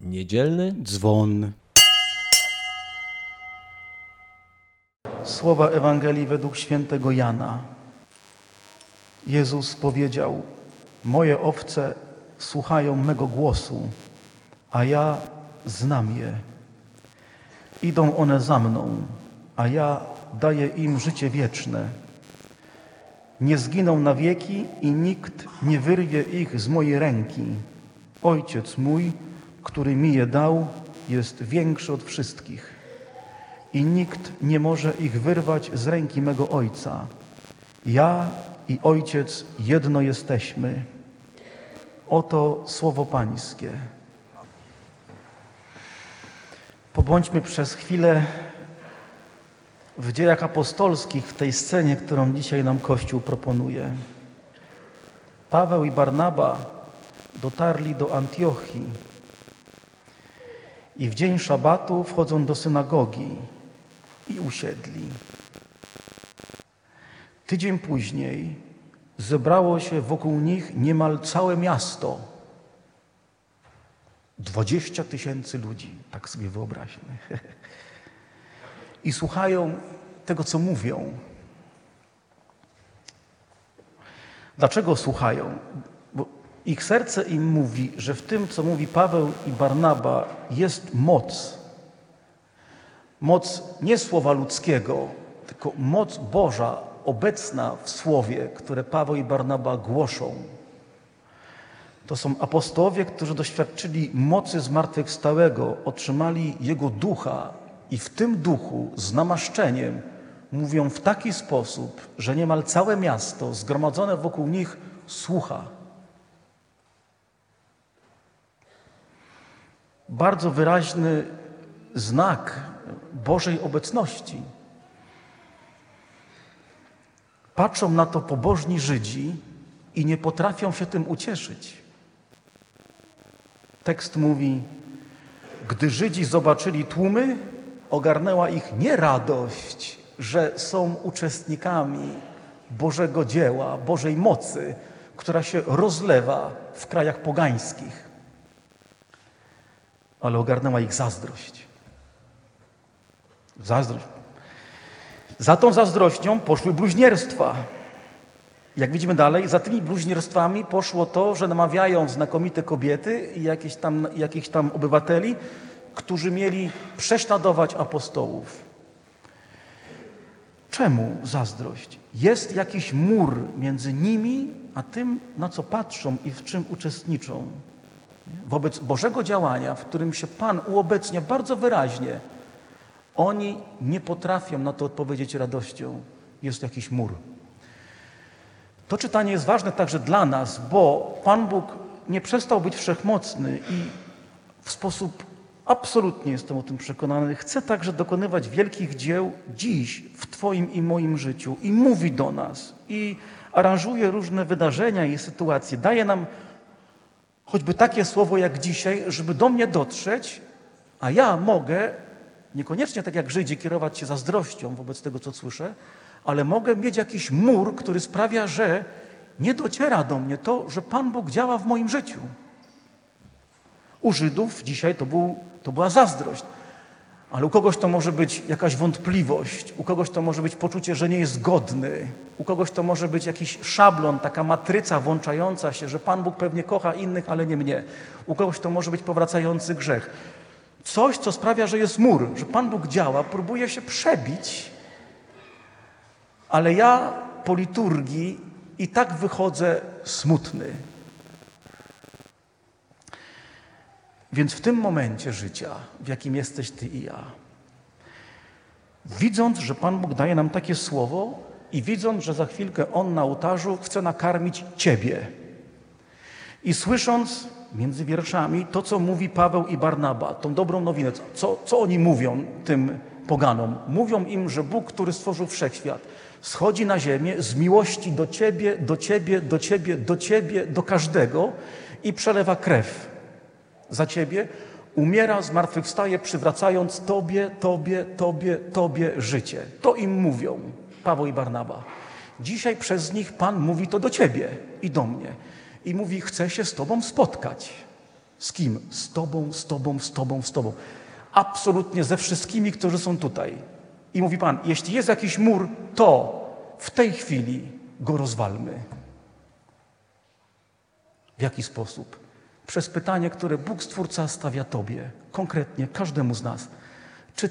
Niedzielny dzwon. Słowa Ewangelii według świętego Jana. Jezus powiedział: moje owce słuchają mego głosu, a ja znam je. Idą one za mną, a ja daję im życie wieczne. Nie zginą na wieki i nikt nie wyrwie ich z mojej ręki. Ojciec mój, który mi je dał, jest większy od wszystkich i nikt nie może ich wyrwać z ręki mego Ojca. Ja i Ojciec jedno jesteśmy. Oto słowo Pańskie. Pobądźmy przez chwilę w Dziejach Apostolskich, w tej scenie, którą dzisiaj nam Kościół proponuje. Paweł i Barnaba dotarli do Antiochii i w dzień szabatu wchodzą do synagogi i usiedli. Tydzień później zebrało się wokół nich niemal całe miasto. 20 000 ludzi, tak sobie wyobraźmy. I słuchają tego, co mówią. Dlaczego słuchają? Bo ich serce im mówi, że w tym, co mówi Paweł i Barnaba, jest moc. Moc nie słowa ludzkiego, tylko moc Boża obecna w słowie, które Paweł i Barnaba głoszą. To są apostołowie, którzy doświadczyli mocy zmartwychwstałego, otrzymali Jego ducha i w tym duchu z namaszczeniem mówią w taki sposób, że niemal całe miasto zgromadzone wokół nich słucha. Bardzo wyraźny znak Bożej obecności. Patrzą na to pobożni Żydzi i nie potrafią się tym ucieszyć. Tekst mówi: gdy Żydzi zobaczyli tłumy, ogarnęła ich nie radość, że są uczestnikami Bożego dzieła, Bożej mocy, która się rozlewa w krajach pogańskich, ale ogarnęła ich zazdrość. Zazdrość. Za tą zazdrością poszły bluźnierstwa. Jak widzimy dalej, za tymi bluźnierstwami poszło to, że namawiają znakomite kobiety i jakichś tam obywateli, którzy mieli prześladować apostołów. Czemu zazdrość? Jest jakiś mur między nimi a tym, na co patrzą i w czym uczestniczą. Wobec Bożego działania, w którym się Pan uobecnia bardzo wyraźnie, oni nie potrafią na to odpowiedzieć radością. Jest jakiś mur. To czytanie jest ważne także dla nas, bo Pan Bóg nie przestał być wszechmocny i w sposób absolutnie, jestem o tym przekonany, chce także dokonywać wielkich dzieł dziś w Twoim i moim życiu i mówi do nas i aranżuje różne wydarzenia i sytuacje. Daje nam choćby takie słowo jak dzisiaj, żeby do mnie dotrzeć, a ja mogę niekoniecznie tak jak Żydzi kierować się zazdrością wobec tego, co słyszę, ale mogę mieć jakiś mur, który sprawia, że nie dociera do mnie to, że Pan Bóg działa w moim życiu. U Żydów dzisiaj to była zazdrość, ale u kogoś to może być jakaś wątpliwość, u kogoś to może być poczucie, że nie jest godny, u kogoś to może być jakiś szablon, taka matryca włączająca się, że Pan Bóg pewnie kocha innych, ale nie mnie. U kogoś to może być powracający grzech. Coś, co sprawia, że jest mur, że Pan Bóg działa, próbuje się przebić, ale ja po liturgii i tak wychodzę smutny. Więc w tym momencie życia, w jakim jesteś Ty i ja, widząc, że Pan Bóg daje nam takie słowo i widząc, że za chwilkę On na ołtarzu chce nakarmić Ciebie i słysząc między wierszami to, co mówi Paweł i Barnaba, tą dobrą nowinę, co oni mówią tym poganom? Mówią im, że Bóg, który stworzył wszechświat, schodzi na ziemię z miłości do Ciebie, do Ciebie, do Ciebie, do Ciebie, do każdego i przelewa krew za Ciebie, umiera, zmartwychwstaje, przywracając Tobie życie. To im mówią Paweł i Barnaba. Dzisiaj przez nich Pan mówi to do Ciebie i do mnie. I mówi: chcę się z Tobą spotkać. Z kim? Z Tobą, z Tobą, z Tobą, z Tobą. Absolutnie ze wszystkimi, którzy są tutaj. I mówi Pan, jeśli jest jakiś mur, to w tej chwili go rozwalmy. W jaki sposób? Przez pytanie, które Bóg Stwórca stawia Tobie, konkretnie każdemu z nas. Czy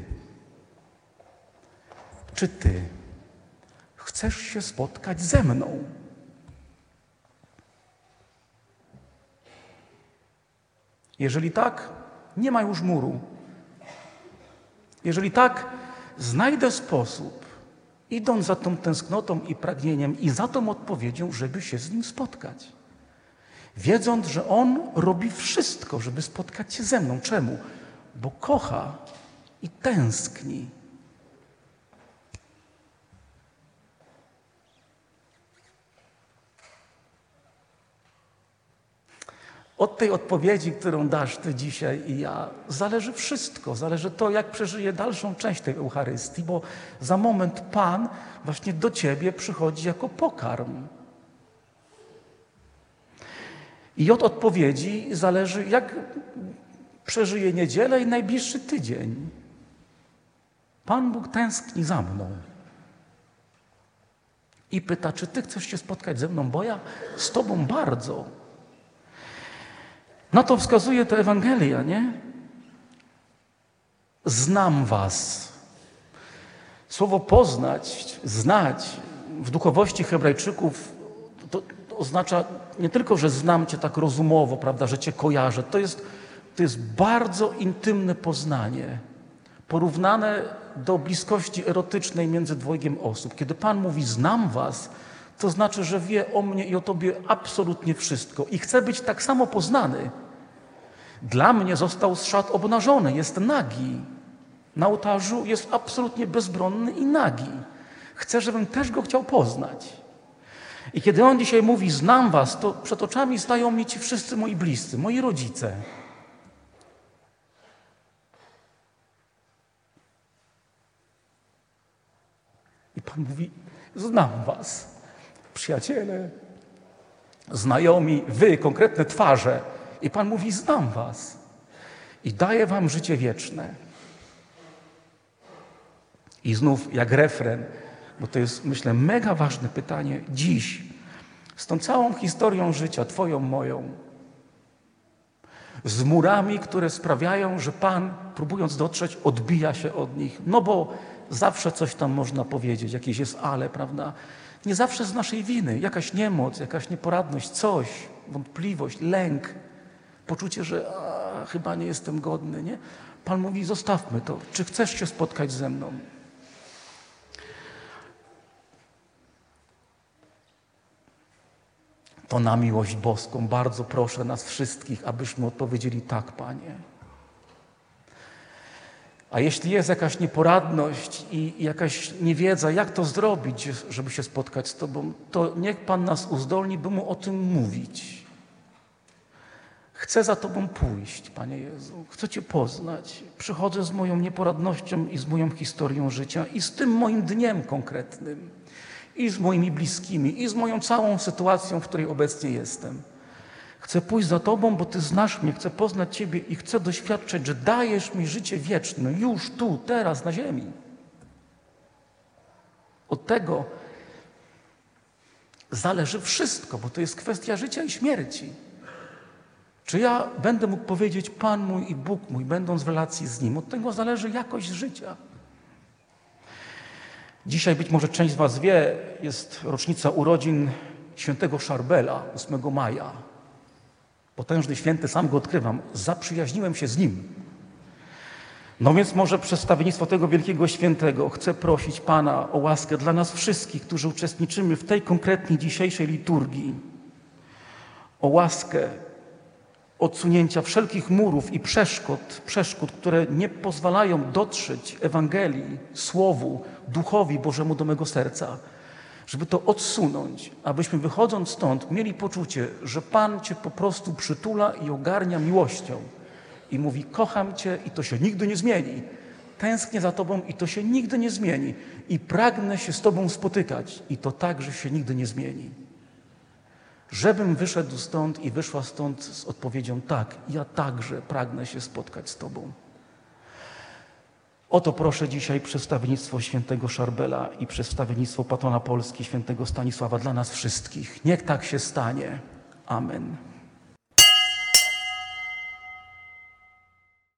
Ty chcesz się spotkać ze mną? Jeżeli tak, nie ma już muru. Jeżeli tak, znajdę sposób, idąc za tą tęsknotą i pragnieniem i za tą odpowiedzią, żeby się z Nim spotkać. Wiedząc, że On robi wszystko, żeby spotkać się ze mną. Czemu? Bo kocha i tęskni. Od tej odpowiedzi, którą dasz Ty dzisiaj i ja, zależy wszystko. Zależy to, jak przeżyję dalszą część tej Eucharystii, bo za moment Pan właśnie do Ciebie przychodzi jako pokarm. I od odpowiedzi zależy, jak przeżyję niedzielę i najbliższy tydzień. Pan Bóg tęskni za mną. I pyta, czy Ty chcesz się spotkać ze mną, bo ja z Tobą bardzo. Na to wskazuje ta Ewangelia, nie? Znam was. Słowo poznać, znać w duchowości Hebrajczyków to oznacza nie tylko, że znam Cię tak rozumowo, prawda, że Cię kojarzę. To jest bardzo intymne poznanie, porównane do bliskości erotycznej między dwojgiem osób. Kiedy Pan mówi znam was, to znaczy, że wie o mnie i o Tobie absolutnie wszystko i chce być tak samo poznany. Dla mnie został z szat obnażony, jest nagi. Na ołtarzu jest absolutnie bezbronny i nagi. Chcę, żebym też Go chciał poznać. I kiedy On dzisiaj mówi, znam was, to przed oczami stają mi ci wszyscy moi bliscy, moi rodzice. I Pan mówi, znam was, przyjaciele, znajomi, wy, konkretne twarze. I Pan mówi, znam was i daję wam życie wieczne. I znów jak refren, bo to jest, myślę, mega ważne pytanie dziś, z tą całą historią życia, Twoją, moją, z murami, które sprawiają, że Pan, próbując dotrzeć, odbija się od nich. No bo zawsze coś tam można powiedzieć, jakieś jest ale, prawda? Nie zawsze z naszej winy, jakaś niemoc, jakaś nieporadność, coś, wątpliwość, lęk, poczucie, że chyba nie jestem godny, nie? Pan mówi, zostawmy to. Czy chcesz się spotkać ze mną? To na miłość boską bardzo proszę nas wszystkich, abyśmy odpowiedzieli tak, Panie. A jeśli jest jakaś nieporadność i jakaś niewiedza, jak to zrobić, żeby się spotkać z Tobą, to niech Pan nas uzdolni, by Mu o tym mówić. Chcę za Tobą pójść, Panie Jezu. Chcę Cię poznać. Przychodzę z moją nieporadnością i z moją historią życia i z tym moim dniem konkretnym. I z moimi bliskimi, i z moją całą sytuacją, w której obecnie jestem. Chcę pójść za Tobą, bo Ty znasz mnie, chcę poznać Ciebie i chcę doświadczyć, że dajesz mi życie wieczne, już tu, teraz, na ziemi. Od tego zależy wszystko, bo to jest kwestia życia i śmierci. Czy ja będę mógł powiedzieć Pan mój i Bóg mój, będąc w relacji z Nim? Od tego zależy jakość życia. Dzisiaj być może część z was wie, jest rocznica urodzin świętego Szarbela, 8 maja. Potężny święty, sam go odkrywam. Zaprzyjaźniłem się z nim. No więc może przedstawienictwo tego wielkiego świętego chcę prosić Pana o łaskę dla nas wszystkich, którzy uczestniczymy w tej konkretnej dzisiejszej liturgii. O łaskę odsunięcia wszelkich murów i przeszkód, które nie pozwalają dotrzeć Ewangelii, Słowu, Duchowi Bożemu do mego serca, żeby to odsunąć, abyśmy wychodząc stąd mieli poczucie, że Pan Cię po prostu przytula i ogarnia miłością i mówi, kocham Cię i to się nigdy nie zmieni. Tęsknię za Tobą i to się nigdy nie zmieni. I pragnę się z Tobą spotykać i to także się nigdy nie zmieni. żebym wyszedł stąd i wyszła stąd z odpowiedzią: tak, ja także pragnę się spotkać z Tobą. O to proszę dzisiaj przedstawiennictwo świętego Szarbela i przedstawiennictwo patrona Polski świętego Stanisława dla nas wszystkich. Niech tak się stanie. Amen.